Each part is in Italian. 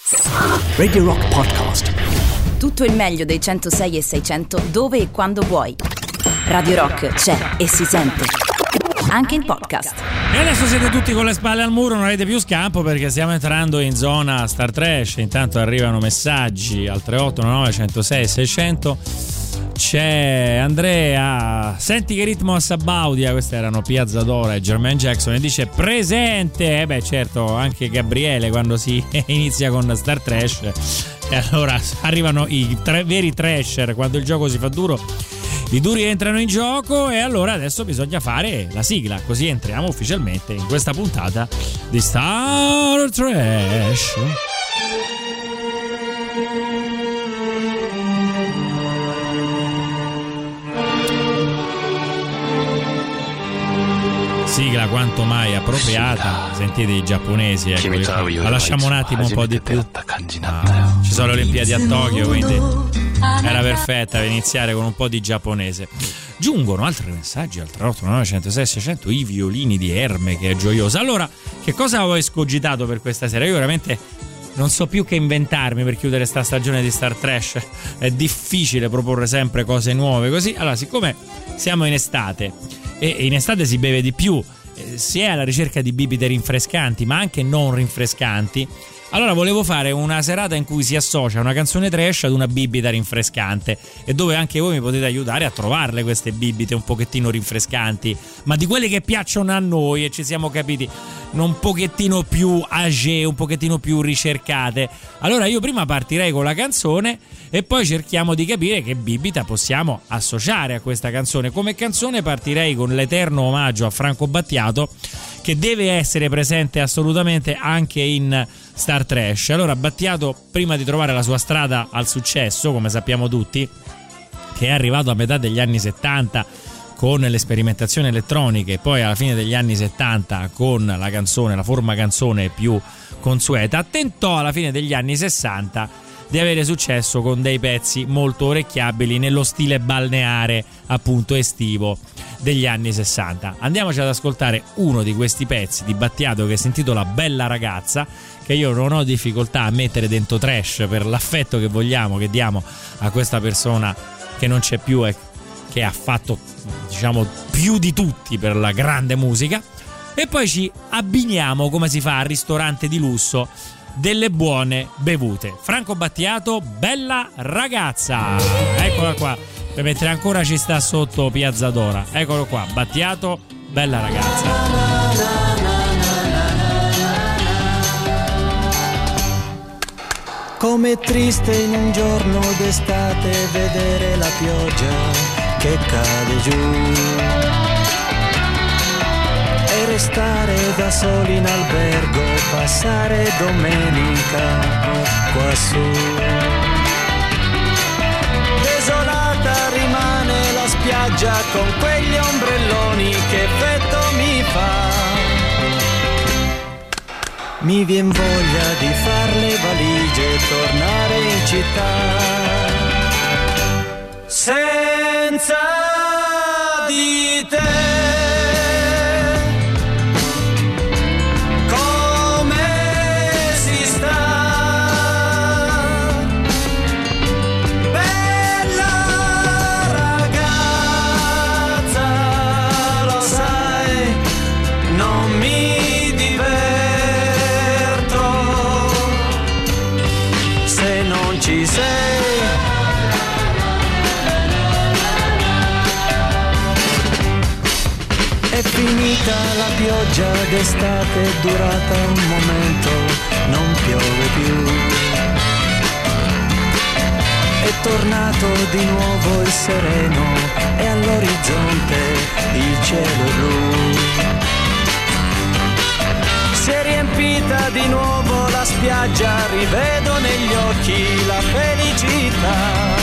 Radio Rock Podcast. Tutto il meglio dei 106 e 600 dove e quando vuoi. Radio Rock c'è e si sente anche in podcast. E adesso siete tutti con le spalle al muro, non avete più scampo perché stiamo entrando in zona Star Trash. Intanto arrivano messaggi al 3899 106 600. C'è Andrea, senti che ritmo a Sabaudia, questi erano Piazza Dora e Jermaine Jackson, e dice presente. Beh certo, anche Gabriele quando si inizia con Star Trash, e allora arrivano i veri trasher, quando il gioco si fa duro i duri entrano in gioco. E allora adesso bisogna fare la sigla, così entriamo ufficialmente in questa puntata di Star Trash. Sigla quanto mai appropriata. Sentite i giapponesi, ecco. La lasciamo un attimo un po' di più. Ci sono le Olimpiadi a Tokyo, quindi era perfetta per iniziare con un po' di giapponese. Giungono altri messaggi al 3899 106 600, i violini di Erme, che è gioiosa. Allora, che cosa ho escogitato per questa sera? Io veramente non so più che inventarmi per chiudere sta stagione di Star Trash. È difficile proporre sempre cose nuove così. Allora, siccome siamo in estate e in estate si beve di più, si è alla ricerca di bibite rinfrescanti ma anche non rinfrescanti, allora volevo fare una serata in cui si associa una canzone trash ad una bibita rinfrescante, e dove anche voi mi potete aiutare a trovarle queste bibite un pochettino rinfrescanti, ma di quelle che piacciono a noi e ci siamo capiti un pochettino più âgé, un pochettino più ricercate. Allora io prima partirei con la canzone e poi cerchiamo di capire che bibita possiamo associare a questa canzone. Come canzone partirei con l'eterno omaggio a Franco Battiato, che deve essere presente assolutamente anche in Star Trash. Allora, Battiato, prima di trovare la sua strada al successo, come sappiamo tutti, che è arrivato a metà degli anni 70 con le sperimentazioni elettroniche e poi alla fine degli anni 70 con la canzone, la forma canzone più consueta, tentò alla fine degli anni 60 di avere successo con dei pezzi molto orecchiabili nello stile balneare, appunto estivo, degli anni 60. Andiamoci ad ascoltare uno di questi pezzi di Battiato che si intitola Bella Ragazza, che io non ho difficoltà a mettere dentro trash per l'affetto che vogliamo, che diamo a questa persona che non c'è più e che ha fatto, diciamo, più di tutti per la grande musica. E poi ci abbiniamo, come si fa al ristorante di lusso, delle buone bevute. Franco Battiato, Bella Ragazza. Eccola qua, per mettere ancora ci sta sotto Piazza Dora. Eccolo qua, Battiato, Bella Ragazza. Com'è triste in un giorno d'estate vedere la pioggia che cade giù e restare da soli in albergo, passare domenica quassù. Desolata rimane la spiaggia con quegli ombrelloni, che effetto mi fa. Mi vien voglia di far le valigie e tornare in città senza di te. È finita la pioggia d'estate, è durata un momento, non piove più. È tornato di nuovo il sereno e all'orizzonte il cielo blu. Si è riempita di nuovo la spiaggia, rivedo negli occhi la felicità.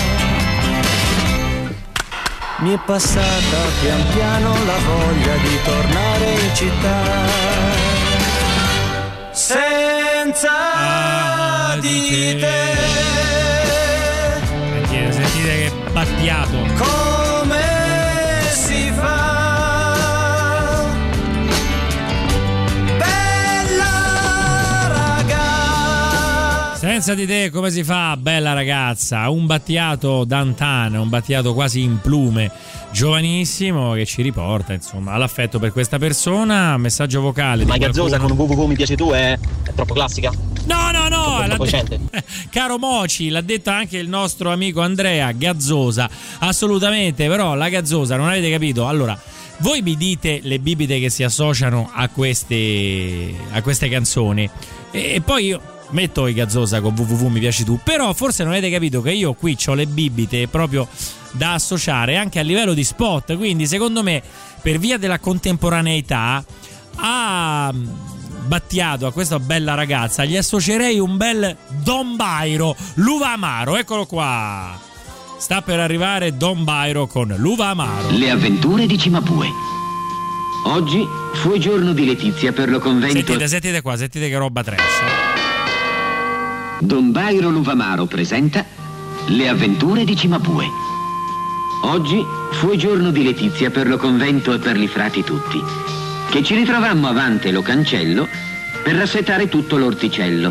Mi è passata pian piano la voglia di tornare in città senza di te. Sentite che Battiato. Come si fa? Bella ragazza. Senza di te come si fa, bella ragazza? Un battiato d'antan, un battiato quasi in plume, giovanissimo, che ci riporta insomma all'affetto per questa persona. Messaggio vocale. Ma Gazzosa con www mi piace tu è troppo classica? No, troppo caro Moci, l'ha detto anche il nostro amico Andrea. Gazzosa, assolutamente, però la Gazzosa, non avete capito? Allora, voi mi dite le bibite che si associano a queste canzoni e poi io metto i Gazzosa con www mi piaci tu, però forse non avete capito che io qui ho le bibite proprio da associare anche a livello di spot, quindi secondo me per via della contemporaneità a Battiato, a questa bella ragazza gli associerei un bel Don Bairo, l'uva amaro, eccolo qua, sta per arrivare Don Bairo con l'uva amaro. Le avventure di Cimabue. Oggi fu il giorno di Letizia per lo convento. Sentite qua, sentite che roba trash. Don Bairo Luvamaro presenta Le avventure di Cimabue. Oggi fu il giorno di Letizia per lo convento e per li frati tutti, che ci ritrovammo avante lo cancello per rassettare tutto l'orticello.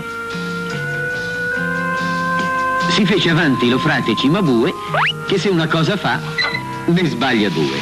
Si fece avanti lo frate Cimabue, che se una cosa fa, ne sbaglia due.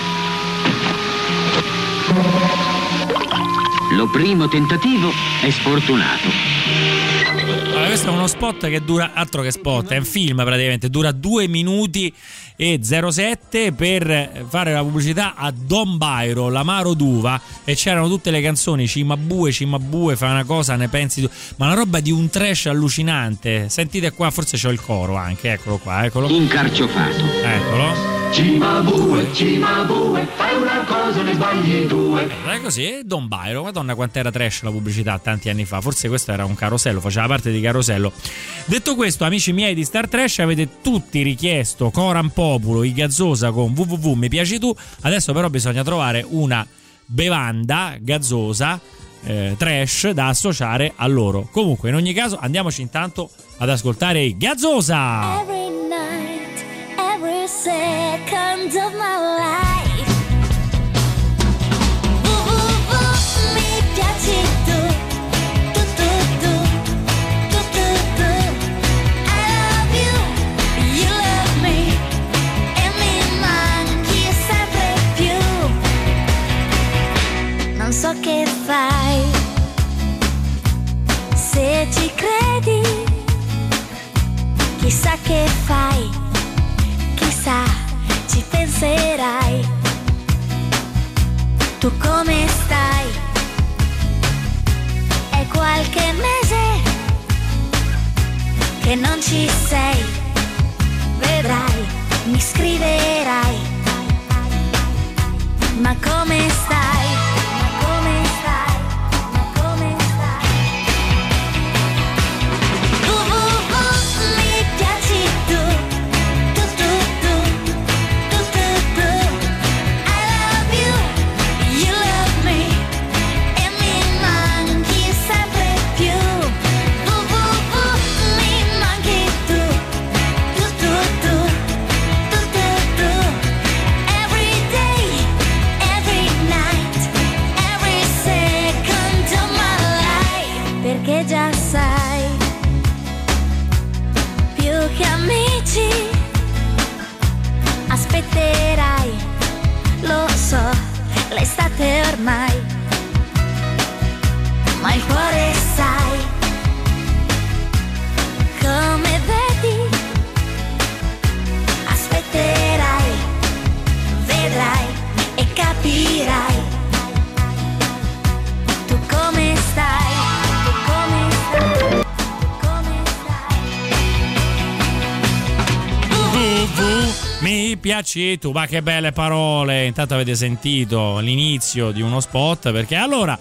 Lo primo tentativo è sfortunato. Allora, questo è uno spot che dura, altro che spot, è un film praticamente, dura 2 minuti e 07 per fare la pubblicità a Don Bairo, l'amaro d'uva, e c'erano tutte le canzoni Cimabue, fa una cosa, ne pensi tu, ma una roba di un trash allucinante. Sentite qua, forse c'ho il coro anche, eccolo qua, eccolo. Incarciofato. Eccolo. Cimabue, fai una cosa, ne sbagli due. È così, Don Bairo, madonna quanto era trash la pubblicità tanti anni fa, forse questo era un carosello, faceva parte di Carosello. Detto questo, amici miei di Star Trash, avete tutti richiesto Coram Populo, i Gazzosa con www mi piaci tu, adesso però bisogna trovare una bevanda gazzosa trash da associare a loro. Comunque in ogni caso andiamoci intanto ad ascoltare i Gazzosa. Every night, every second of my life. Mi piaci tu, tu, tu, tu, tu, tu, tu. I love you, you love me, e mi manchi sempre più. Non so che fai, se ci credi, chissà che fai, chissà, ci penserai. Tu come stai? È qualche mese che non ci sei, vedrai, mi scriverai. Ma come stai? Ma come stai? Ma come stai? Mi piaci tu, tu, tu, tu, tu, tu, tu. I love you, you love me, e mi manchi sempre più. Mi manchi tu, tu, tu, tu, tu, tu, tu. Every day, every night, every second of my life. Perché già sai, più che amici aspetterai, lo so, l'estate ormai, ma il cuore sai, come vedi, aspetterai, vedrai e capirai. Tu come stai? Tu come stai? Tu come stai? Mi piaci tu, ma che belle parole. Intanto avete sentito l'inizio di uno spot, perché allora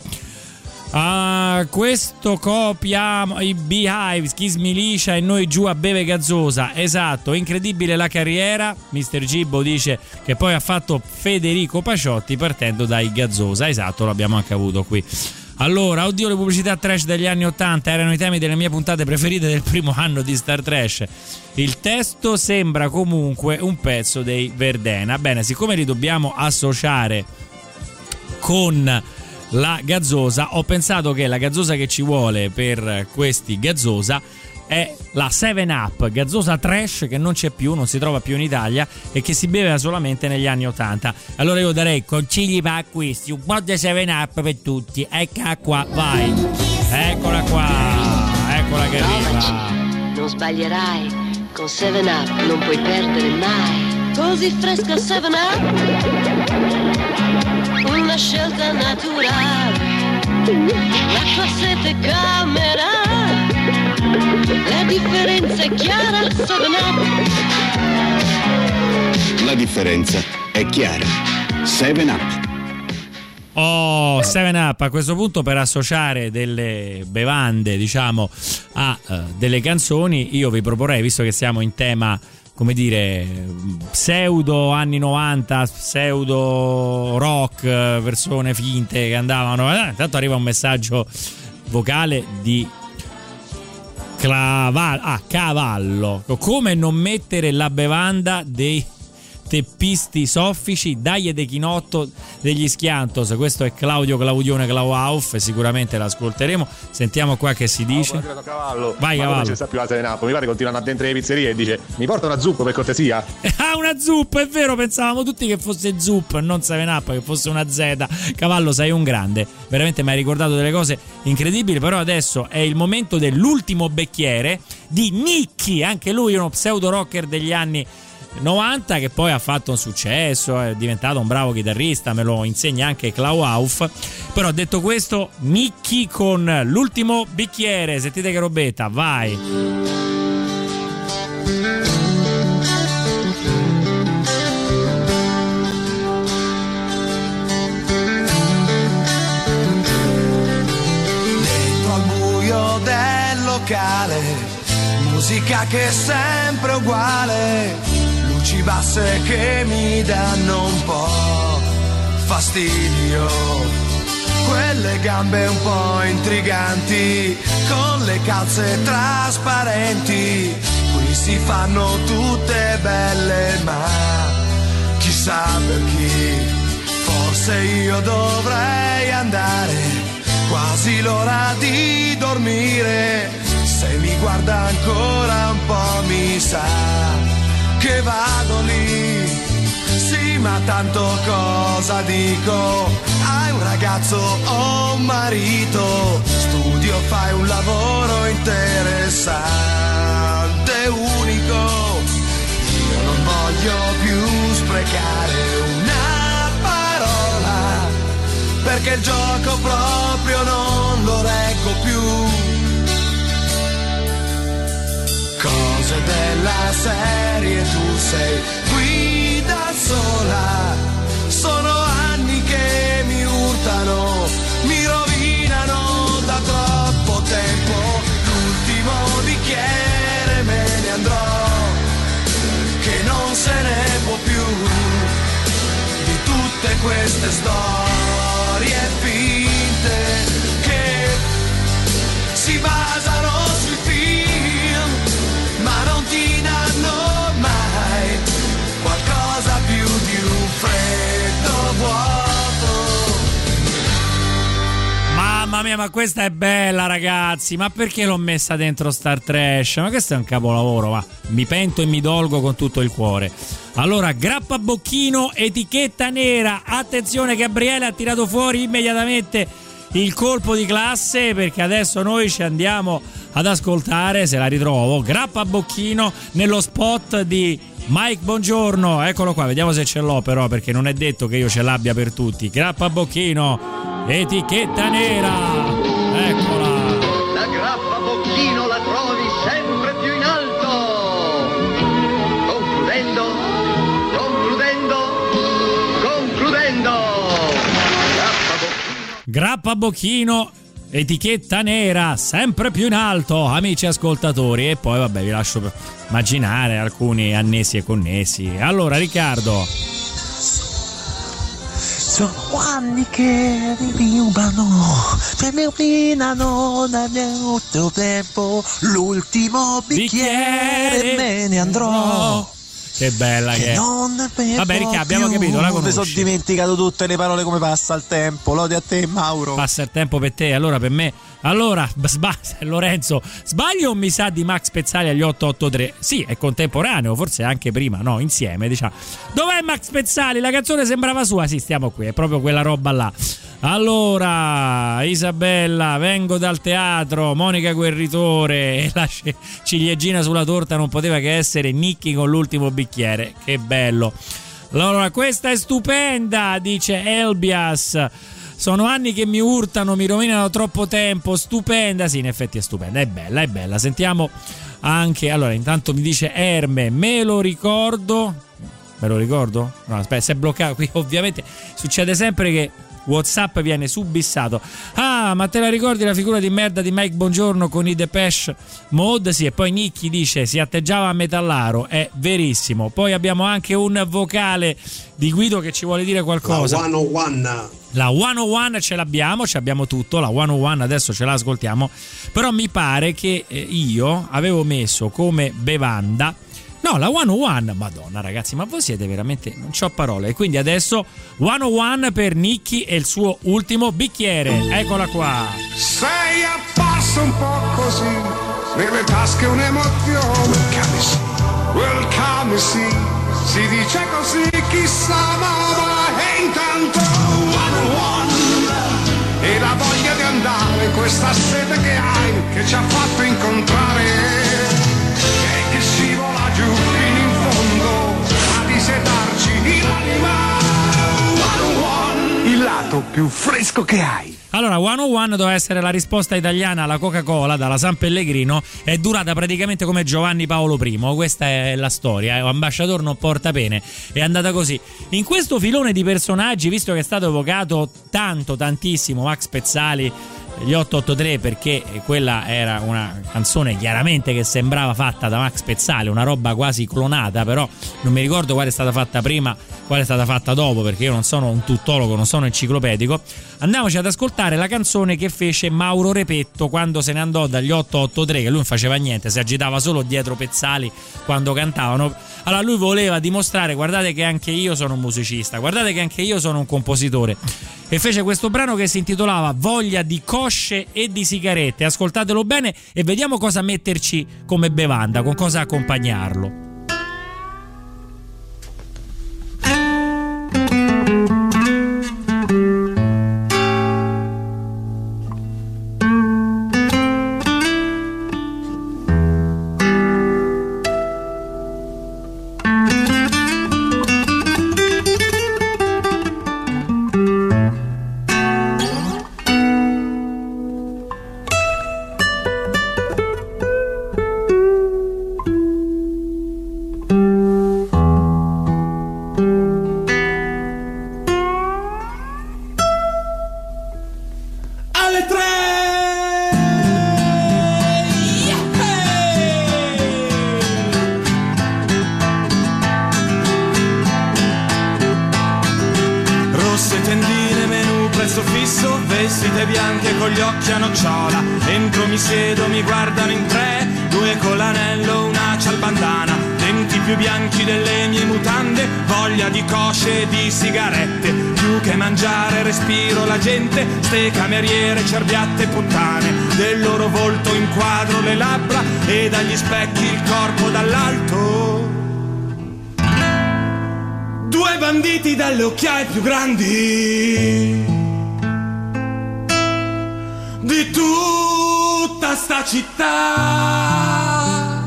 questo copia i Beehives, Kiss Milicia e noi giù a beve Gazzosa. Esatto, incredibile la carriera. Mr. Gibbo dice che poi ha fatto Federico Paciotti partendo dai Gazzosa. Esatto, l'abbiamo anche avuto qui. Allora, oddio, le pubblicità trash degli anni 80 erano i temi delle mie puntate preferite del primo anno di Star Trash. Il testo sembra comunque un pezzo dei Verdena. Bene, siccome li dobbiamo associare con la Gazzosa, ho pensato che la Gazzosa che ci vuole per questi Gazzosa è la 7up, gazzosa trash che non c'è più, non si trova più in Italia e che si beveva solamente negli anni 80. Allora io darei consigli per acquisti, un po' di 7up per tutti. Eccola qua, vai. Eccola qua, eccola che arriva. Non sbaglierai, con 7up non puoi perdere mai. Così fresca 7up, una scelta naturale. La tua sete calmerà, la differenza è chiara. 7up, la differenza è chiara. 7up. Oh, 7up, a questo punto per associare delle bevande, diciamo, a delle canzoni, io vi proporrei, visto che siamo in tema, come dire, pseudo anni 90, pseudo rock, persone finte che andavano. Intanto arriva un messaggio vocale di Cavallo. Come non mettere la bevanda dei teppisti soffici, dai de chinotto degli Schiantos. Questo è Claudio Claudione Klauauf, sicuramente l'ascolteremo. Sentiamo qua che si dice. Cavallo. Vai, ma Cavallo. Non c'è sta più la 7up, mi pare continuano a dentro le pizzerie e dice: mi porta una zuppa per cortesia? Ah, una zuppa, è vero, pensavamo tutti che fosse zup, non 7up, che fosse una Z. Cavallo, sei un grande, veramente mi hai ricordato delle cose incredibili. Però adesso è il momento dell'ultimo becchiere di Nicky, anche lui uno pseudo rocker degli anni 90 che poi ha fatto un successo, è diventato un bravo chitarrista, me lo insegna anche Klauauf. Però detto questo, Nicky con l'ultimo bicchiere, sentite che robetta, vai. Dentro al buio del locale, musica che è sempre uguale, luci basse che mi danno un po' fastidio, quelle gambe un po' intriganti con le calze trasparenti, qui si fanno tutte belle ma chissà per chi, forse io dovrei andare, quasi l'ora di dormire, se mi guarda ancora un po' mi sa che vado lì, sì ma tanto cosa dico, hai un ragazzo o un marito, studio, fai un lavoro interessante, unico, io non voglio più sprecare una parola, perché il gioco proprio non lo reggo più. Cose della serie, tu sei qui da sola, sono anni che mi urtano, mi rovinano da troppo tempo, l'ultimo bicchiere me ne andrò, che non se ne può più, di tutte queste storie finte che si basano sui film, ma non ti danno mai qualcosa più di un freddo vuoto. Mamma mia, ma questa è bella, ragazzi, ma perché l'ho messa dentro Star Trash? Ma questo è un capolavoro, ma mi pento e mi dolgo con tutto il cuore. Allora, Grappabocchino, etichetta nera, attenzione, Gabriele ha tirato fuori immediatamente il colpo di classe, perché adesso noi ci andiamo ad ascoltare, se la ritrovo, Grappabocchino nello spot di Mike Bongiorno. Eccolo qua, vediamo se ce l'ho però, perché non è detto che io ce l'abbia per tutti. Grappabocchino, etichetta nera, eccola. La Grappabocchino la trovi sempre più in alto. Concludendo. Grappabocchino, etichetta nera, sempre più in alto, amici ascoltatori. E poi vabbè, vi lascio immaginare alcuni annessi e connessi. Allora, Riccardo, sono anni che mi rubano, se mi rovinano nel mio tempo, l'ultimo bicchiere me ne andrò, Che bella che è. Vabbè, Ricca, abbiamo capito, la conosci. Mi sono dimenticato tutte le parole come passa il tempo. Lode a te, Mauro. Passa il tempo per te, allora per me. Allora, Lorenzo, sbaglio o mi sa di Max Pezzali agli 883? Sì, è contemporaneo, forse anche prima, no, insieme, diciamo. Dov'è Max Pezzali? La canzone sembrava sua, sì, stiamo qui, è proprio quella roba là. Allora, Isabella, vengo dal teatro, Monica Guerritore e la ciliegina sulla torta non poteva che essere Nicchi con l'ultimo bicchiere. Che bello. Allora, questa è stupenda, dice Elbias. Sono anni che mi urtano, mi rovinano troppo tempo. Stupenda, sì, in effetti è stupenda, è bella, è bella. Sentiamo anche, allora, intanto mi dice Erme, me lo ricordo? No, aspetta, si è bloccato qui, ovviamente succede sempre che WhatsApp viene subissato. Ah, ma te la ricordi la figura di merda di Mike Bongiorno con i Depeche Mode? Sì, e poi Nicchi dice si atteggiava a metallaro, è verissimo. Poi abbiamo anche un vocale di Guido che ci vuole dire qualcosa. La 101 ce l'abbiamo, ci abbiamo tutto, la 101 adesso ce la ascoltiamo, però mi pare che io avevo messo come bevanda. No, la 101, madonna ragazzi, ma voi siete veramente, non c'ho parole. E quindi adesso 101 per Nicchi e il suo ultimo bicchiere. Eccola qua. Sei apparso un po' così, nelle tasche un'emozione. Welcome, sì, si dice così, chissà ma e intanto 101 e la voglia di andare, questa sete che hai, che ci ha fatto incontrare. Che scivola giù fino in fondo a disedarci l'anima. 101, il lato più fresco che hai. Allora, 101 doveva essere la risposta italiana alla Coca-Cola dalla San Pellegrino, è durata praticamente come Giovanni Paolo I, questa è la storia, ambasciatore non porta pene, è andata così. In questo filone di personaggi, visto che è stato evocato tantissimo Max Pezzali, gli 883, perché quella era una canzone chiaramente che sembrava fatta da Max Pezzali, una roba quasi clonata, però non mi ricordo quale è stata fatta prima, quale è stata fatta dopo, perché io non sono un tuttologo, non sono enciclopedico. Andiamoci ad ascoltare la canzone che fece Mauro Repetto quando se ne andò dagli 883, che lui non faceva niente, si agitava solo dietro Pezzali quando cantavano. Allora lui voleva dimostrare, guardate che anche io sono un musicista, guardate che anche io sono un compositore, e fece questo brano che si intitolava Voglia di cosce e di sigarette. Ascoltatelo bene e vediamo cosa metterci come bevanda, con cosa accompagnarlo. Ste cameriere, cerbiatte puttane, del loro volto inquadro le labbra e dagli specchi il corpo dall'alto. Due banditi dalle occhiaie più grandi di tutta sta città,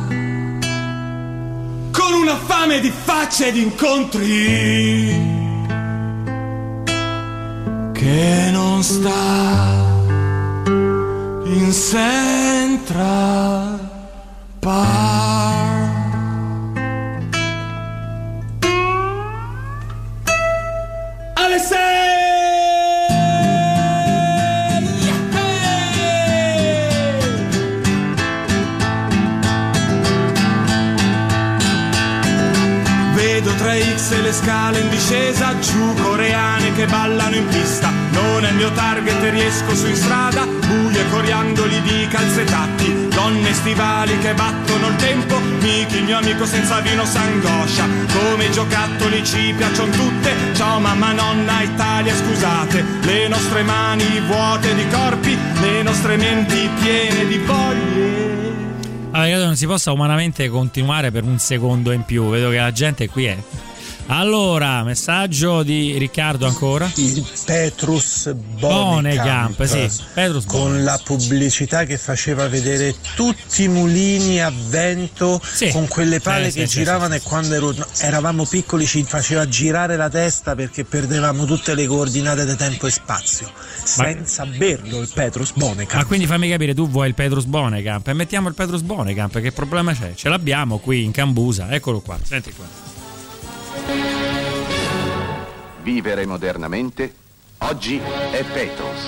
con una fame di facce e di incontri che non sta in Central Park. Alle 6 vedo tre X e le scale in discesa, giù coreane che ballano in pista. Non è il mio target e riesco su in strada, buie coriandoli di calzetatti, donne stivali che battono il tempo, Miki il mio amico senza vino s'angoscia, come i giocattoli ci piacciono tutte, ciao mamma, nonna, Italia scusate, le nostre mani vuote di corpi, le nostre menti piene di voglie. Allora, credo non si possa umanamente continuare per un secondo in più, vedo che la gente qui è. Allora, messaggio di Riccardo ancora. Il Petrus Bonecamp, sì, Petrus con la pubblicità che faceva vedere tutti i mulini a vento, sì, con quelle pale che giravano, e quando eravamo piccoli ci faceva girare la testa perché perdevamo tutte le coordinate di tempo e spazio, senza berlo il Petrus Bonecamp. Ma quindi fammi capire, tu vuoi il Petrus Bonecamp e mettiamo il Petrus Bonecamp, che problema c'è? Ce l'abbiamo qui in Cambusa, eccolo qua, senti qua. Vivere modernamente, oggi è Petrus.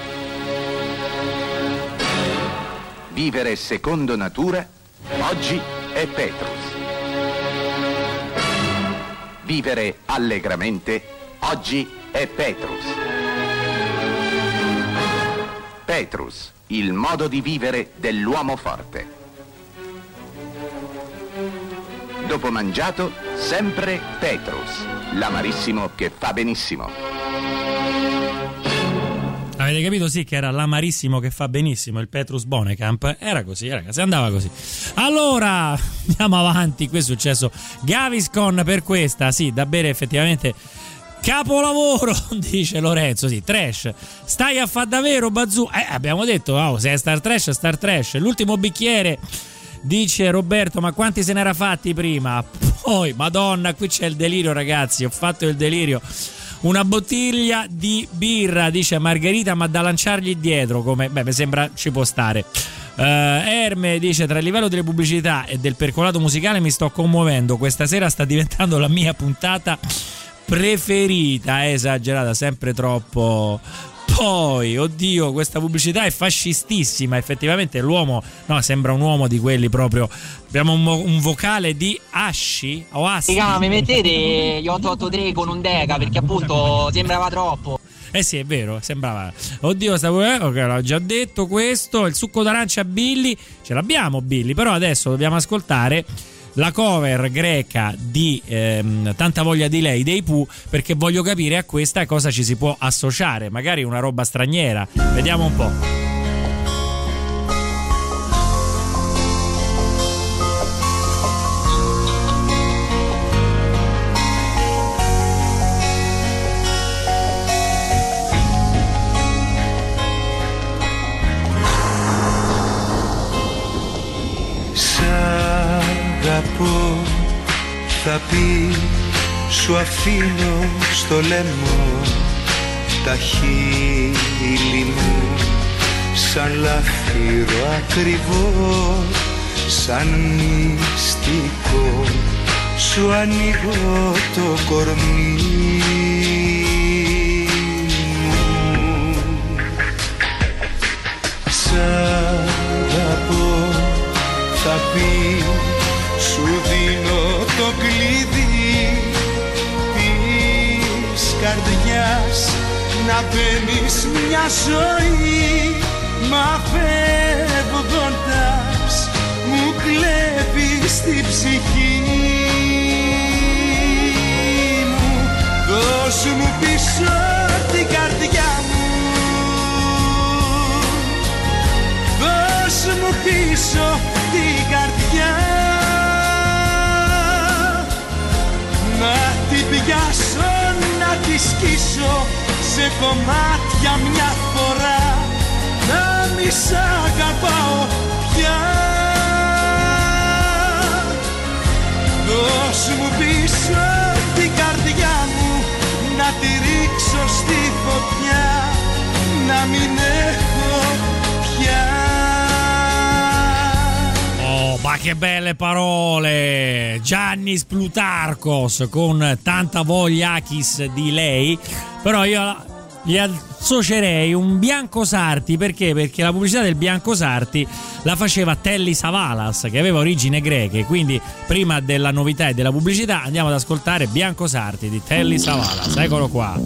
Vivere secondo natura, oggi è Petrus. Vivere allegramente, oggi è Petrus. Petrus, il modo di vivere dell'uomo forte. Dopo mangiato, sempre Petrus, l'amarissimo che fa benissimo. Avete capito? Sì, che era l'amarissimo che fa benissimo, il Petrus Bonecamp. Era così, ragazzi, andava così. Allora, andiamo avanti. Qui è successo Gaviscon per questa, sì, da bere effettivamente. Capolavoro, dice Lorenzo, sì, trash. Stai a far davvero, Bazzu? Abbiamo detto, oh, se è Star Trash. L'ultimo bicchiere, dice Roberto, ma quanti se n'era fatti prima? Poi, madonna, qui c'è il delirio, ragazzi, ho fatto il delirio. Una bottiglia di birra, dice Margherita, ma da lanciargli dietro, come, beh, mi sembra ci può stare. Erme dice, tra il livello delle pubblicità e del percolato musicale mi sto commuovendo, questa sera sta diventando la mia puntata preferita. È esagerata, sempre troppo. Poi, oddio, questa pubblicità è fascistissima. Effettivamente l'uomo, no, sembra un uomo di quelli proprio. Abbiamo un vocale di Asci o Assi. Mi mettete gli 883 con un deca, perché appunto sembrava troppo. Eh sì, è vero, sembrava. Oddio, l'ho già detto questo. Il succo d'arancia Billy, ce l'abbiamo Billy, però adesso dobbiamo ascoltare la cover greca di Tanta voglia di lei dei Pooh, perché voglio capire a questa cosa ci si può associare, magari una roba straniera. Vediamo un po'. Θα πει, σου αφήνω στο λαιμό τα χείλη μου σαν λάφυρο ακριβό, σαν μυστικό σου ανοίγω το κορμί μου. Σ' αγαπώ, θα πει, σου δίνω το κλειδί της καρδιάς να παίρνεις μια ζωή, μα φεύγοντας μου κλέβεις την ψυχή μου. Δώσ' μου πίσω την καρδιά μου, δώσ' μου πίσω την καρδιά, να την πιάσω, να τη σκίσω σε κομμάτια μια φορά, να μη σ' αγαπάω πια. Δώσ' μου πίσω την καρδιά μου, να τη ρίξω στη φωτιά, να μην έχω πια. Ma che belle parole! Giannis Plutarcos con Tanta voglia Achis di lei. Però io gli associerei un Bianco Sarti. Perché? Perché la pubblicità del Bianco Sarti la faceva Telly Savalas, che aveva origini greche, quindi prima della novità e della pubblicità andiamo ad ascoltare Bianco Sarti di Telly Savalas. Eccolo qua.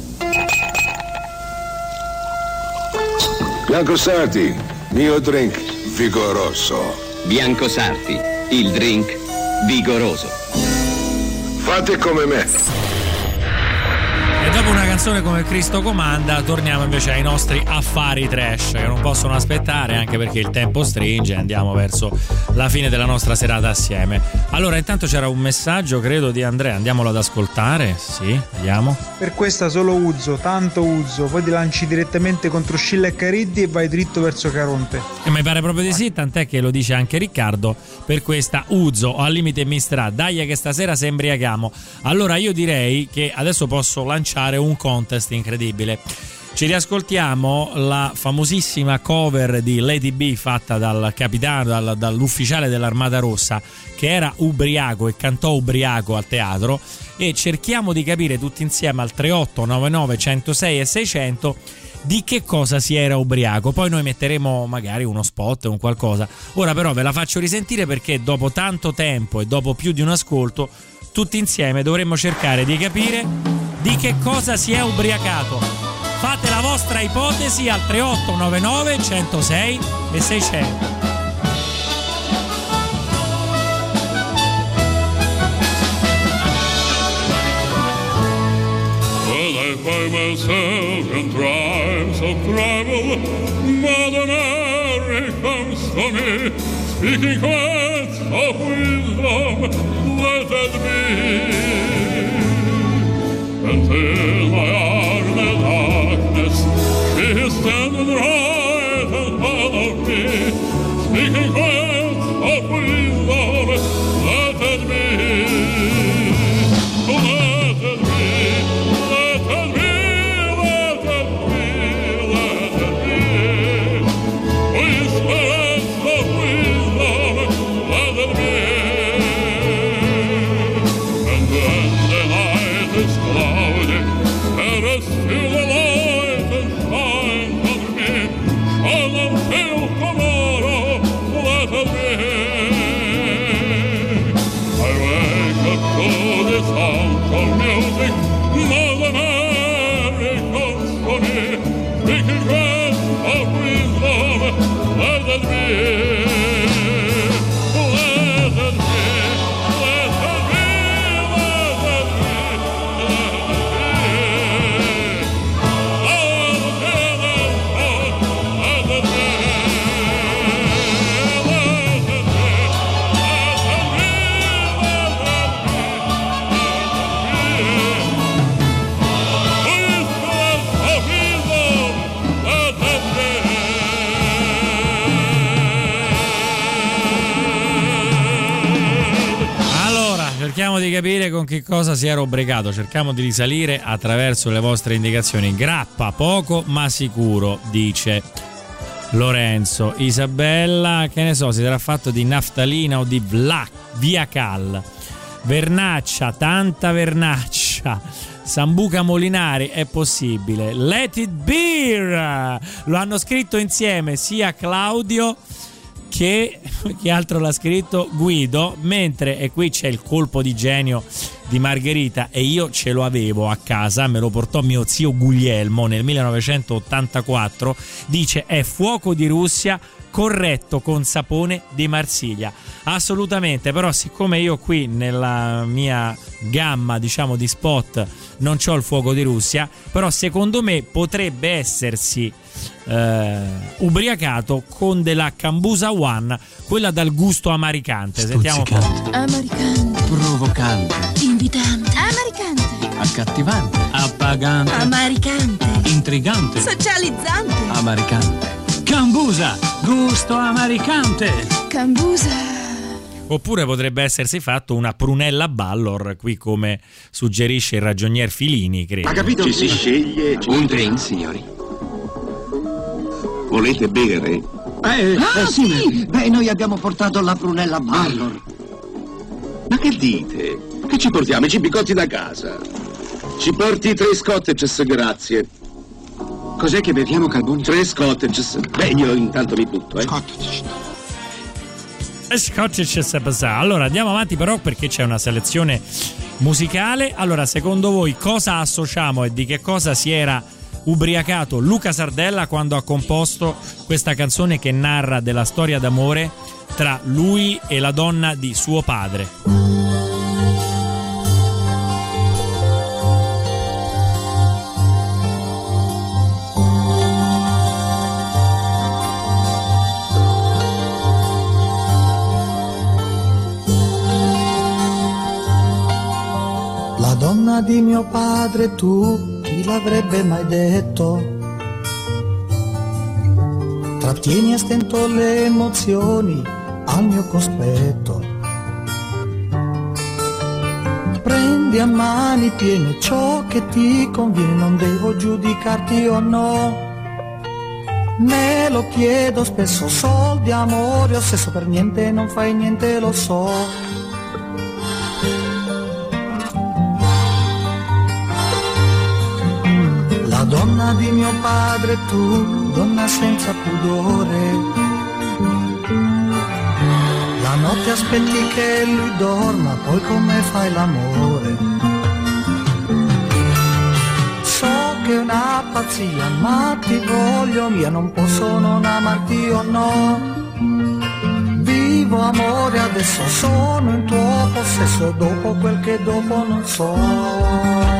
Bianco Sarti, mio drink vigoroso. Bianco Sarti, il drink vigoroso. Fate come me. E dopo una canzone come Cristo comanda, torniamo invece ai nostri affari trash, che non possono aspettare, anche perché il tempo stringe e andiamo verso la fine della nostra serata assieme. Allora, intanto c'era un messaggio, credo, di Andrea, andiamolo ad ascoltare. Sì, vediamo. Per questa solo Uzzo, tanto Uzzo, poi ti lanci direttamente contro Scilla e Cariddi e vai dritto verso Caronte. E mi pare proprio di sì, tant'è che lo dice anche Riccardo. Per questa Uzzo, o al limite Mistra, dai che stasera se embriaghiamo. Allora io direi che adesso posso lanciare un contest incredibile. Ci riascoltiamo la famosissima cover di Lady B fatta dal capitano, dall'ufficiale dell'Armata Rossa, che era ubriaco e cantò ubriaco al teatro, e cerchiamo di capire tutti insieme al 3899 106 e 600 di che cosa si era ubriaco. Poi noi metteremo magari uno spot o un qualcosa. Ora però ve la faccio risentire, perché dopo tanto tempo e dopo più di un ascolto tutti insieme dovremmo cercare di capire di che cosa si è ubriacato. Fate la vostra ipotesi al 3899 106 e 600. Well, I find myself in times of trouble. Mother Mary comes to me, speaking words of wisdom, let it be. Until my heart in the darkness, she is standing right in front of me, speaking words of wisdom, let it be. Let it be, let it be, let it be, let it be. Whispers of wisdom, let it be. And when the night is cloudy, there is still a light that shines on me. Shine until tomorrow, let it be. I wake up to the sound of music. Mother Mary comes to me, speaking words of wisdom, let it be. Let it be, let it be, let it be, let it be. Let it be. Cerchiamo di capire con che cosa si era ubriacato, cerchiamo di risalire attraverso le vostre indicazioni. Grappa, poco ma sicuro, dice Lorenzo. Isabella, che ne so, si sarà fatto di naftalina o di Viacal. Vernaccia, tanta vernaccia. Sambuca Molinari, è possibile. Let it beer, lo hanno scritto insieme sia Claudio che altro l'ha scritto, Guido, mentre, e qui c'è il colpo di genio di Margherita, e io ce lo avevo a casa, me lo portò mio zio Guglielmo nel 1984, dice è fuoco di Russia corretto con sapone di Marsiglia. Assolutamente, però siccome io qui nella mia gamma, diciamo, di spot non c'ho il fuoco di Russia, però secondo me potrebbe essersi ubriacato con della Cambusa One, quella dal gusto amaricante. Sentiamo. Amaricante, provocante, invitante, amaricante, accattivante, appagante, amaricante, intrigante, socializzante, amaricante. Cambusa, gusto amaricante. Cambusa. Oppure potrebbe essersi fatto una prunella Ballor, qui come suggerisce il ragionier Filini, credo. Ha capito? Ci si sceglie un drink, signori. Volete bere? Sì! Beh, noi abbiamo portato la prunella Ballor. Ma che dite? Che ci portiamo? I cibicotti da casa. Ci porti 3 Scottiches, grazie. Cos'è che beviamo, Calboni? 3 Scottish. Beh, io intanto mi butto, Allora andiamo avanti però, perché c'è una selezione musicale. Allora, secondo voi cosa associamo e di che cosa si era ubriacato Luca Sardella quando ha composto questa canzone che narra della storia d'amore tra lui e la donna di suo padre? La donna di mio padre, tu chi l'avrebbe mai detto? Trattieni a stento le emozioni al mio cospetto. Prendi a mani piene ciò che ti conviene, non devo giudicarti o no. Me lo chiedo spesso, soldi, amore o sesso, per niente non fai niente, lo so. La donna di mio padre, tu, donna senza pudore. La notte aspetti che lui dorma, poi come fai l'amore? So che è una pazzia, ma ti voglio mia, non posso non amarti o no. Vivo amore adesso, sono in tuo possesso, e dopo quel che dopo non so.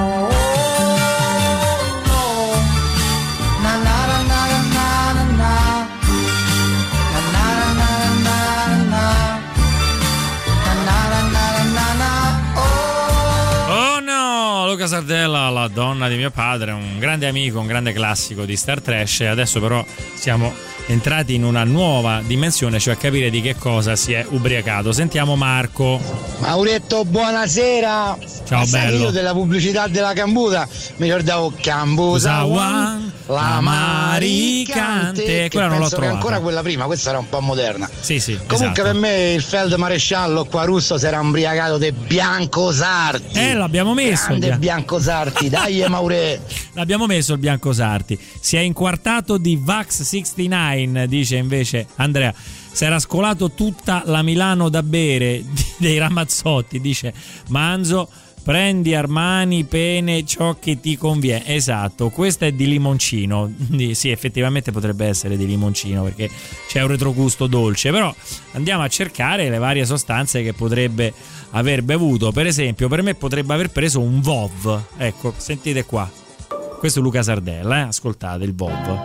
Luca Sardella, la donna di mio padre, un grande amico, un grande classico di Star Trash. Adesso però siamo entrati in una nuova dimensione, cioè a capire di che cosa si è ubriacato. Sentiamo Marco. Mauretto, buonasera. Ciao, bello. Io della pubblicità della Cambusa mi ricordavo Cambusa One, la maricante, quella non l'ho penso che trovata. ancora quella prima, questa era un po' moderna. Sì, Comunque, esatto. Per me il feldmaresciallo qua russo si era ubriacato de Biancosarti. L'abbiamo messo. Grande Biancosarti, dai Maure. L'abbiamo messo il Biancosarti. Si è inquartato di Vax 69, dice invece Andrea. Si era scolato tutta la Milano da bere dei Ramazzotti, dice Manzo. Prendi Armani, pene, ciò che ti conviene. Esatto, questa è di limoncino. Sì, effettivamente potrebbe essere di limoncino, perché c'è un retrogusto dolce. Però andiamo a cercare le varie sostanze che potrebbe aver bevuto. Per esempio, per me potrebbe aver preso un VOV. Ecco, sentite qua. Questo è Luca Sardella, ascoltate il VOV.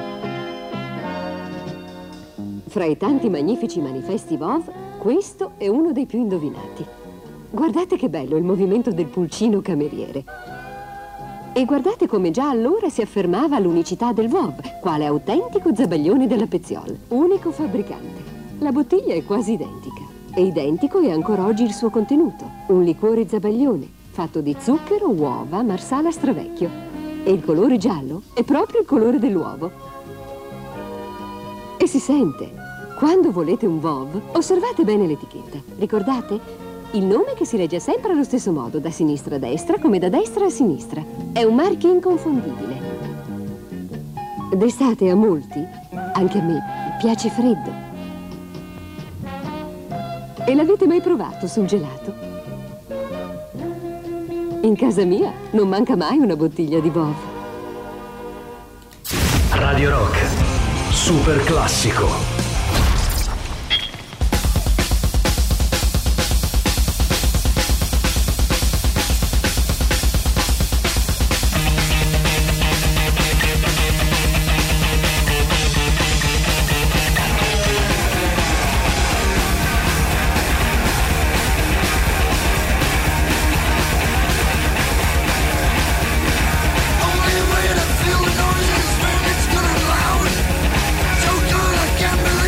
Fra i tanti magnifici manifesti VOV, questo è uno dei più indovinati. Guardate che bello il movimento del pulcino cameriere. E guardate come già allora si affermava l'unicità del VOV, quale autentico zabaglione della Peziol, unico fabbricante. La bottiglia è quasi identica. E identico è ancora oggi il suo contenuto, un liquore zabaglione, fatto di zucchero, uova, marsala stravecchio. E il colore giallo è proprio il colore dell'uovo. E si sente. Quando volete un VOV, osservate bene l'etichetta. Ricordate? Il nome che si legge sempre allo stesso modo, da sinistra a destra come da destra a sinistra. È un marchio inconfondibile. D'estate a molti, anche a me, piace freddo. E l'avete mai provato sul gelato? In casa mia non manca mai una bottiglia di VOV. Radio Rock, super classico. Only way to feel the noise is when it's good and loud. So good I can't believe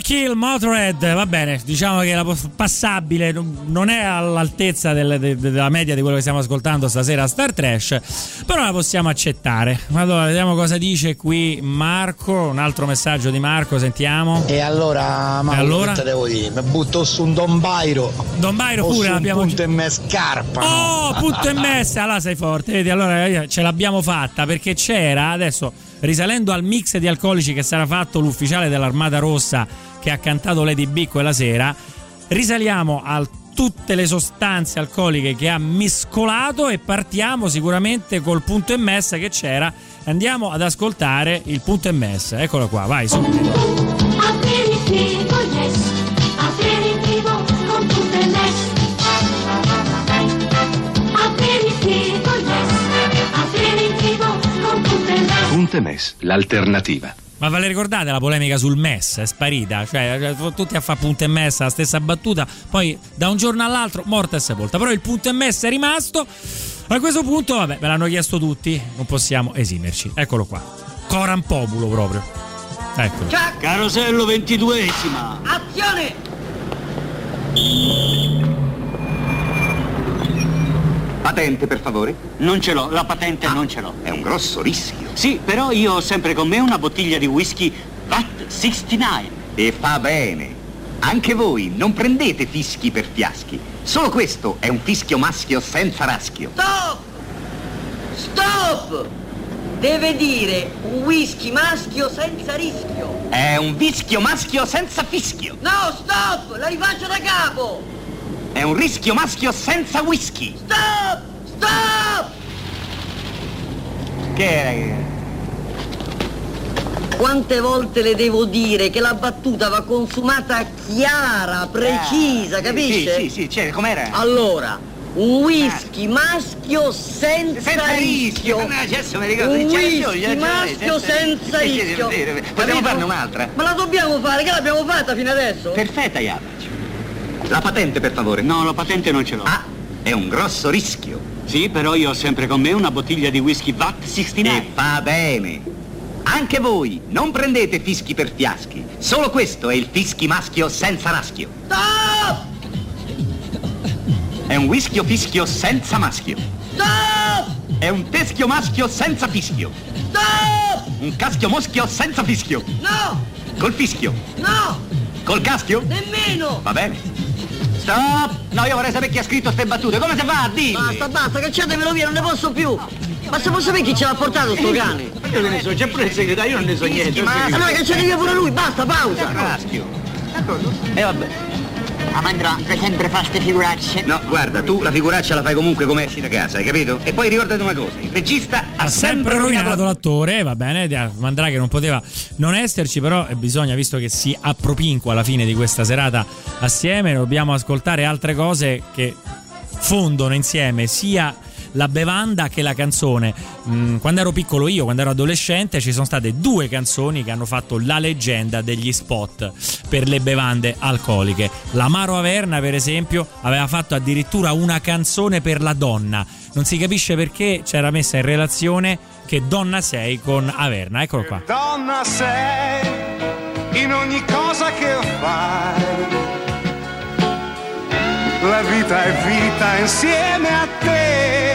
Kill Motorhead, va bene, diciamo che la passabile, non è all'altezza della media di quello che stiamo ascoltando stasera a Star Trash, però la possiamo accettare. Allora, vediamo cosa dice qui Marco, un altro messaggio di Marco, sentiamo. E allora, ma allora? che te devo dire? Mi butto su un Don Byro. Don Byro pure l'abbiamo. Punto e me scarpa. Oh, punto e messa, allora sei forte, vedi, allora ce l'abbiamo fatta, perché c'era adesso, risalendo al mix di alcolici che sarà fatto l'ufficiale dell'Armata Rossa che ha cantato Lady B quella sera, risaliamo a tutte le sostanze alcoliche che ha mescolato e partiamo sicuramente col punto e messa che c'era. Andiamo ad ascoltare il punto e messa, eccolo qua, vai subito. Aperitivo, yes, aperitivo con punto e messa. Aperitivo, yes, aperitivo con punto e messa. Punto e messa, l'alternativa. Ma ve le ricordate la polemica sul MES? È sparita, cioè tutti a fare punto e messa, la stessa battuta, poi da un giorno all'altro morta e sepolta, però il punto e messa è rimasto. A questo punto, vabbè, me l'hanno chiesto tutti, non possiamo esimerci. Eccolo qua, coram populo proprio. Eccolo. Carosello 22esima. Azione! Patente, per favore? Non ce l'ho, la patente non ce l'ho. È un grosso rischio. Sì, però io ho sempre con me una bottiglia di whisky VAT 69. E fa bene. Anche voi non prendete fischi per fiaschi. Solo questo è un fischio maschio senza raschio. Stop! Stop! Deve dire un whisky maschio senza rischio. È un vischio maschio senza fischio. No, stop! La rifaccio da capo! È un rischio maschio senza whisky. Stop! Stop! Che era? Quante volte le devo dire che la battuta va consumata chiara, precisa, capisce? Sì, certo, com'era? Allora, un whisky maschio senza rischio. Adesso mi ricordo. Un whisky maschio senza rischio. Possiamo farne un'altra? Ma la dobbiamo fare, che l'abbiamo fatta fino adesso? Perfetta, Iapaci. La patente, per favore. No, la patente non ce l'ho. Ah, è un grosso rischio. Sì, però io ho sempre con me una bottiglia di whisky VAT 69. E fa bene. Anche voi non prendete fischi per fiaschi. Solo questo è il fischi maschio senza raschio. Stop! È un whisky fischio senza maschio. Stop! È un teschio maschio senza fischio. Stop! Un caschio moschio senza fischio. No! Col fischio. No! Col caschio? Nemmeno! Va bene. Stop! No, io vorrei sapere chi ha scritto ste battute. Come si fa? Dimmi! Basta, cacciatemelo via, non ne posso più! Ma se posso sapere chi ce l'ha portato sto cane? Io ne so, c'è pure il segretario, io non ne so niente. Allora cacciate via pure lui, basta, pausa! Caschio. E vabbè. Amandrà, che sempre fa ste figuracce. No, guarda, tu la figuraccia la fai comunque come esci da casa, hai capito? E poi ricordati una cosa, il regista ha sempre rovinato l'attore, va bene, Mandrà che non poteva non esserci, però bisogna, visto che si appropinqua alla fine di questa serata assieme, dobbiamo ascoltare altre cose che fondono insieme sia la bevanda che la canzone. Quando ero piccolo io, quando ero adolescente, ci sono state due canzoni che hanno fatto la leggenda degli spot per le bevande alcoliche. L'Amaro Averna, per esempio, aveva fatto addirittura una canzone per la donna. Non si capisce perché c'era messa in relazione che donna sei con Averna. Eccolo qua. Donna sei in ogni cosa che fai. La vita è vita insieme a te.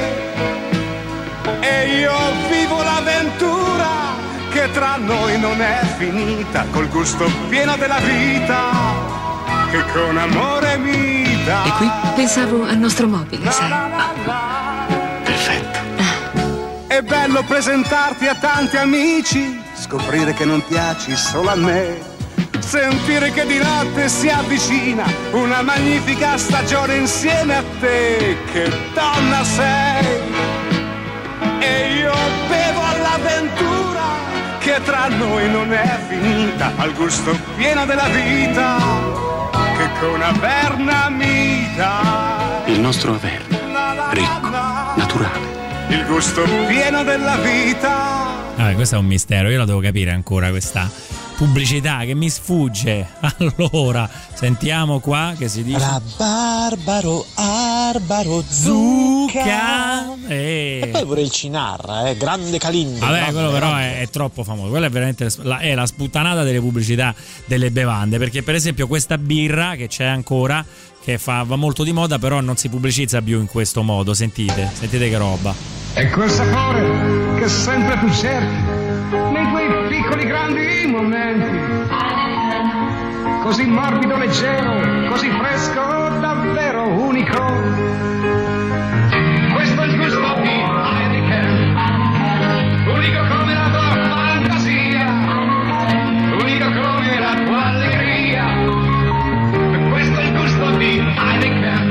E io vivo l'avventura che tra noi non è finita, col gusto pieno della vita che con amore mi dà. E qui pensavo al nostro mobile, sai? Perfetto. È bello presentarti a tanti amici, scoprire che non piaci solo a me, sentire che di notte si avvicina una magnifica stagione insieme a te. Che donna sei! E io bevo all'avventura che tra noi non è finita, al gusto pieno della vita che con Averna mi dà. Il nostro Averna, ricco, naturale. Il gusto pieno della vita. Questo è un mistero, io la devo capire ancora questa pubblicità che mi sfugge. Allora, sentiamo qua che si dice Rabarbaro, arbaro, zucca. E poi poi pure il Cinarra, grande Calindo. Vabbè, quello però è troppo famoso. Quello è veramente è la sputtanata delle pubblicità delle bevande, perché per esempio questa birra che c'è ancora, che va molto di moda, però non si pubblicizza più in questo modo. Sentite che roba. È quel sapore che sempre tu cerchi nei tuoi piccoli grandi momenti, così morbido, leggero, così fresco, davvero unico. Questo è il gusto di Heineken, unico come la tua fantasia, unico come la tua allegria. Questo è il gusto di Heineken.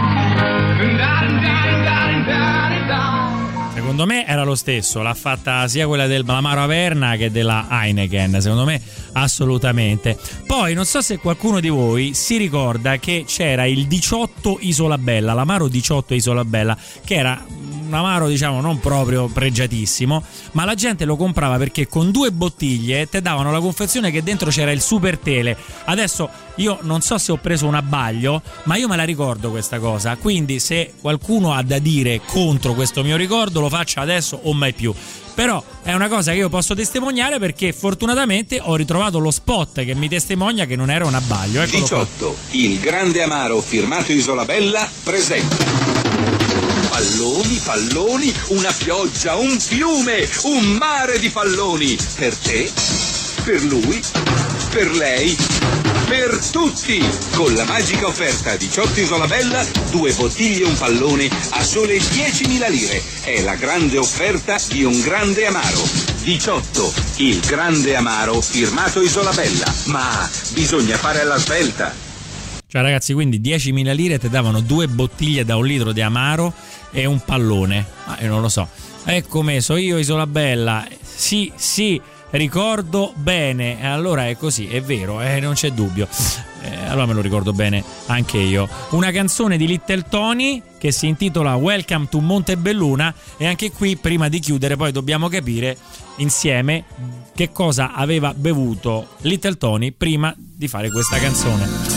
Secondo me era lo stesso, l'ha fatta sia quella dell'amaro Averna che della Heineken, secondo me assolutamente. Poi non so se qualcuno di voi si ricorda che c'era il 18 Isola Bella, l'amaro 18 Isola Bella, che era un amaro diciamo non proprio pregiatissimo, ma la gente lo comprava perché con 2 bottiglie te davano la confezione che dentro c'era il super tele. Adesso io non so se ho preso un abbaglio, ma io me la ricordo questa cosa, quindi se qualcuno ha da dire contro questo mio ricordo lo faccia adesso o mai più. Però è una cosa che io posso testimoniare perché fortunatamente ho ritrovato lo spot che mi testimonia che non era un abbaglio. Eccolo 18. Qua. Il grande amaro firmato Isola Bella presenta palloni, palloni, una pioggia, un fiume, un mare di palloni. Per te, per lui, per lei, per tutti. Con la magica offerta 18 Isola Bella, 2 bottiglie e un pallone a sole 10.000 lire. È la grande offerta di un grande amaro. 18. Il grande amaro firmato Isola Bella. Ma bisogna fare alla svelta. Cioè ragazzi, quindi 10.000 lire ti davano 2 bottiglie da 1 litro di amaro e un pallone. Ma io non lo so. Ecco messo io Isola Bella. Sì, ricordo bene. Allora è così, è vero, non c'è dubbio. Allora me lo ricordo bene anche io. Una canzone di Little Tony che si intitola Welcome to Montebelluna, e anche qui prima di chiudere poi dobbiamo capire insieme che cosa aveva bevuto Little Tony prima di fare questa canzone.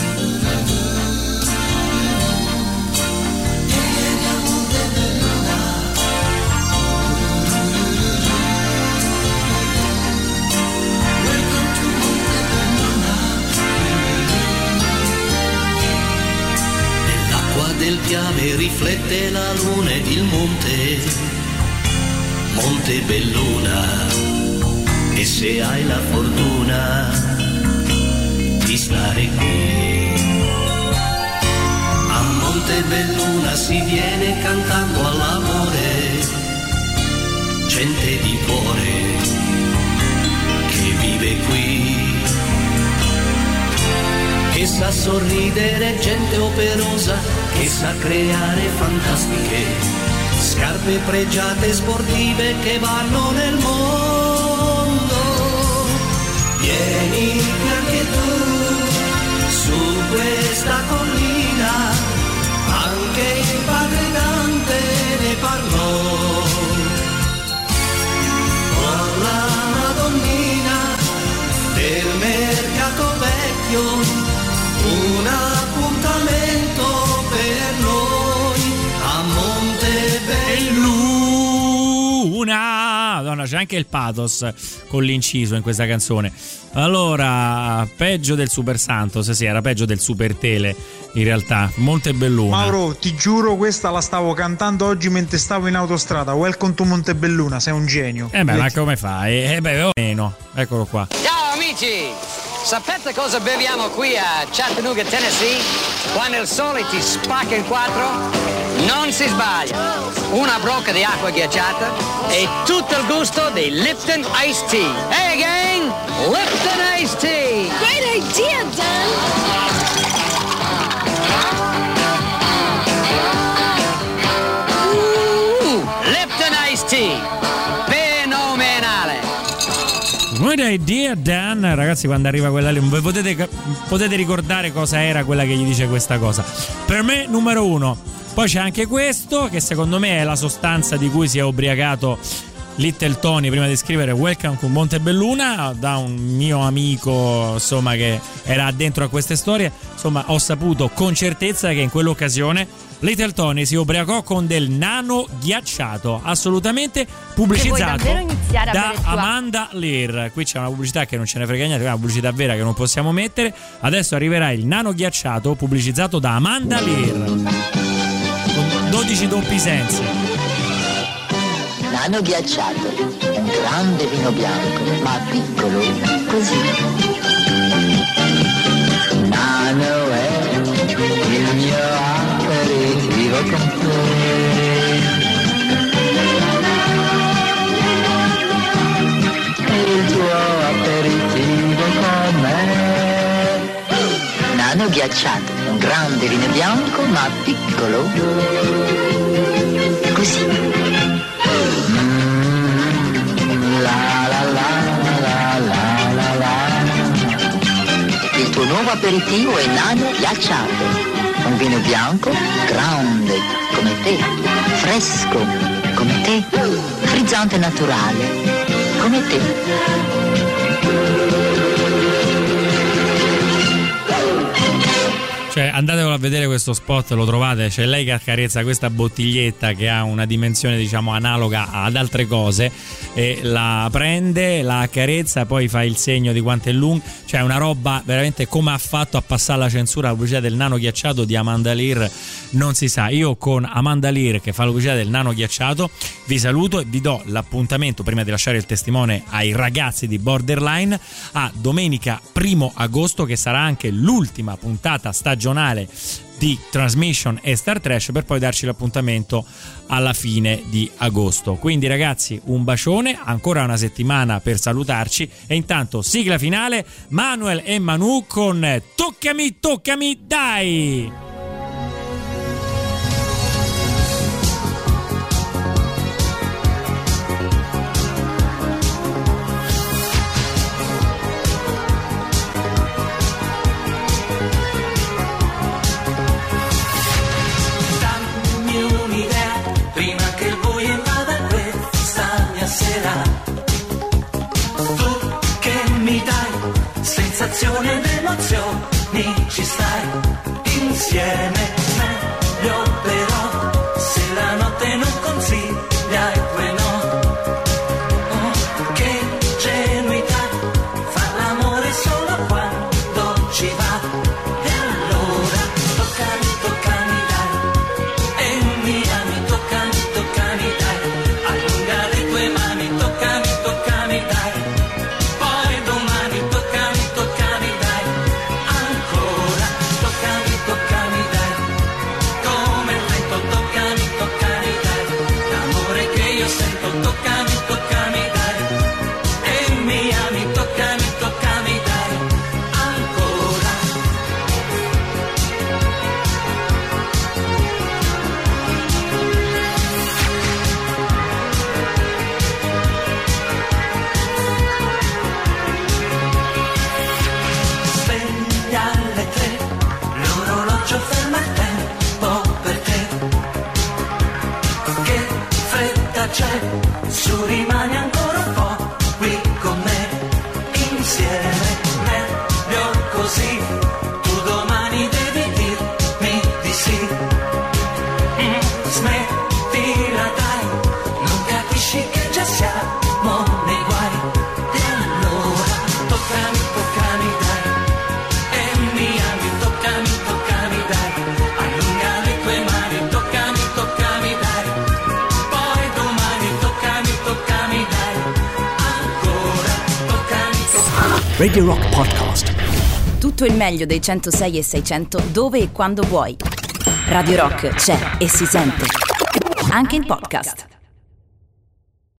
Riflette la luna ed il monte Montebelluna, e se hai la fortuna di stare qui a Montebelluna si viene cantando all'amore, gente di cuore che vive qui, che sa sorridere, gente operosa che sa creare fantastiche scarpe pregiate sportive che vanno nel mondo. Vieni anche tu su questa collina, anche il padre Dante ne parlò. Con la Madonnina del mercato vecchio, un appuntamento per noi a Montebelluna. Madonna, c'è anche il pathos con l'inciso in questa canzone. Allora, peggio del Super Santos, sì, era peggio del Super Tele in realtà. Montebelluna. Mauro, ti giuro, questa la stavo cantando oggi mentre stavo in autostrada. Welcome to Montebelluna, sei un genio. Ma come fai? O meno. Eccolo qua. Ciao amici! Sapete cosa beviamo qui a Chattanooga, Tennessee? Quando il sole ti spacca in 4? Non si sbaglia. Una brocca di acqua ghiacciata e tutto il gusto dei Lipton Iced Tea. Hey gang! Lipton Iced Tea! Great idea, Dan! Lipton Iced Tea! Good idea, Dan. Ragazzi, quando arriva quella lì, potete ricordare cosa era quella che gli dice questa cosa. Per me numero 1. Poi c'è anche questo, che secondo me è la sostanza di cui si è ubriacato Little Tony, prima di scrivere Welcome con Montebelluna, da un mio amico insomma che era dentro a queste storie, insomma ho saputo con certezza che in quell'occasione Little Tony si ubriacò con del nano ghiacciato, assolutamente pubblicizzato da Amanda Lear. Qui c'è una pubblicità che non ce ne frega niente, è una pubblicità vera che non possiamo mettere. Adesso arriverà il nano ghiacciato pubblicizzato da Amanda Lear con 12 doppi sensi. Nano ghiacciato, un grande vino bianco, ma piccolo, così. Nano è il mio aperitivo con te. Il tuo aperitivo con me. Nano ghiacciato, un grande vino bianco, ma piccolo, così. Il tuo nuovo aperitivo è nano ghiacciato, un vino bianco grande come te, fresco come te, frizzante naturale come te. Cioè, andatevelo a vedere questo spot, lo trovate, c'è lei che accarezza questa bottiglietta che ha una dimensione diciamo analoga ad altre cose e la prende, la accarezza, poi fa il segno di quanto è lungo, cioè una roba veramente come ha fatto a passare la censura la pubblicità del nano ghiacciato di Amanda Lear, non si sa. Io con Amanda Lear che fa la pubblicità del nano ghiacciato vi saluto e vi do l'appuntamento, prima di lasciare il testimone ai ragazzi di Borderline, a domenica 1 agosto che sarà anche l'ultima puntata stagionale di Transmission e Star Trash, per poi darci l'appuntamento alla fine di agosto. Quindi ragazzi, un bacione, ancora una settimana per salutarci e intanto sigla finale, Manuel e Manu con Toccami, toccami, dai! Sensazione ed emozioni, ci stai insieme, meglio però se la notte non consiglia e poi no. Oh, che ingenuità, far l'amore solo quando ci va. E allora toccami, toccami dai, e mi ami, toccami, toccami dai, allunga le tue mani, toccami, toccami dai. Su rimani ancora un po' qui con me, insieme, meglio così. Tu domani devi dirmi di sì. Smettila dai, non capisci che già siamo nei guai. E allora toccami, toccami dai, e mi ami, toccami, toccami dai, allunga le tue mani, toccami, toccami dai. Radio Rock Podcast. Tutto il meglio dei 106 e 600 dove e quando vuoi. Radio Rock c'è e si sente anche in podcast.